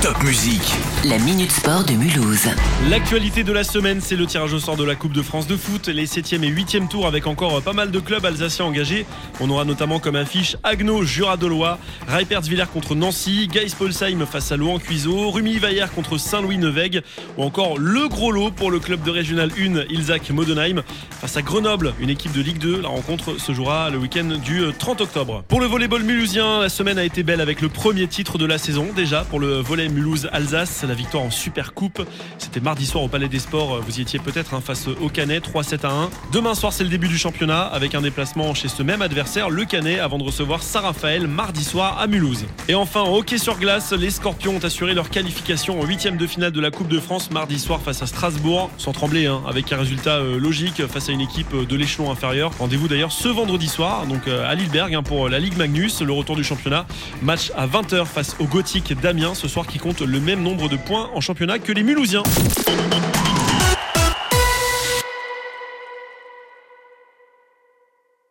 Top Musique. La Minute Sport de Mulhouse. L'actualité de la semaine, c'est le tirage au sort de la Coupe de France de foot. Les 7e et 8e tours avec encore pas mal de clubs alsaciens engagés. On aura notamment comme affiche Haguenau, Jura-Dolois, Reipertswiller contre Nancy, Geis-Polsheim face à Louan-Cuiseaux, Rumilly-Vaillers contre Saint-Louis-Nevègue ou encore le gros lot pour le club de Régional 1, Ilzac-Modenheim face à Grenoble, une équipe de Ligue 2. La rencontre se jouera le week-end du 30 octobre. Pour le volleyball mulhousien, la semaine a été belle avec le premier titre de la saison déjà pour le volley Mulhouse-Alsace, la victoire en Super Coupe. C'était mardi soir au Palais des Sports, vous y étiez peut-être face au Canet, 3-7-1. Demain soir, c'est le début du championnat avec un déplacement chez ce même adversaire, le Canet, avant de recevoir Saint-Raphaël mardi soir à Mulhouse. Et enfin, en hockey sur glace, les Scorpions ont assuré leur qualification en 8e de finale de la Coupe de France mardi soir face à Strasbourg, sans trembler, avec un résultat logique face à une équipe de l'échelon inférieur. Rendez-vous d'ailleurs ce vendredi soir, donc à Lilleberg pour la Ligue Magnus, le retour du championnat. Match à 20h face au Gothique d'Amiens ce soir qui compte le même nombre de points en championnat que les Mulhousiens.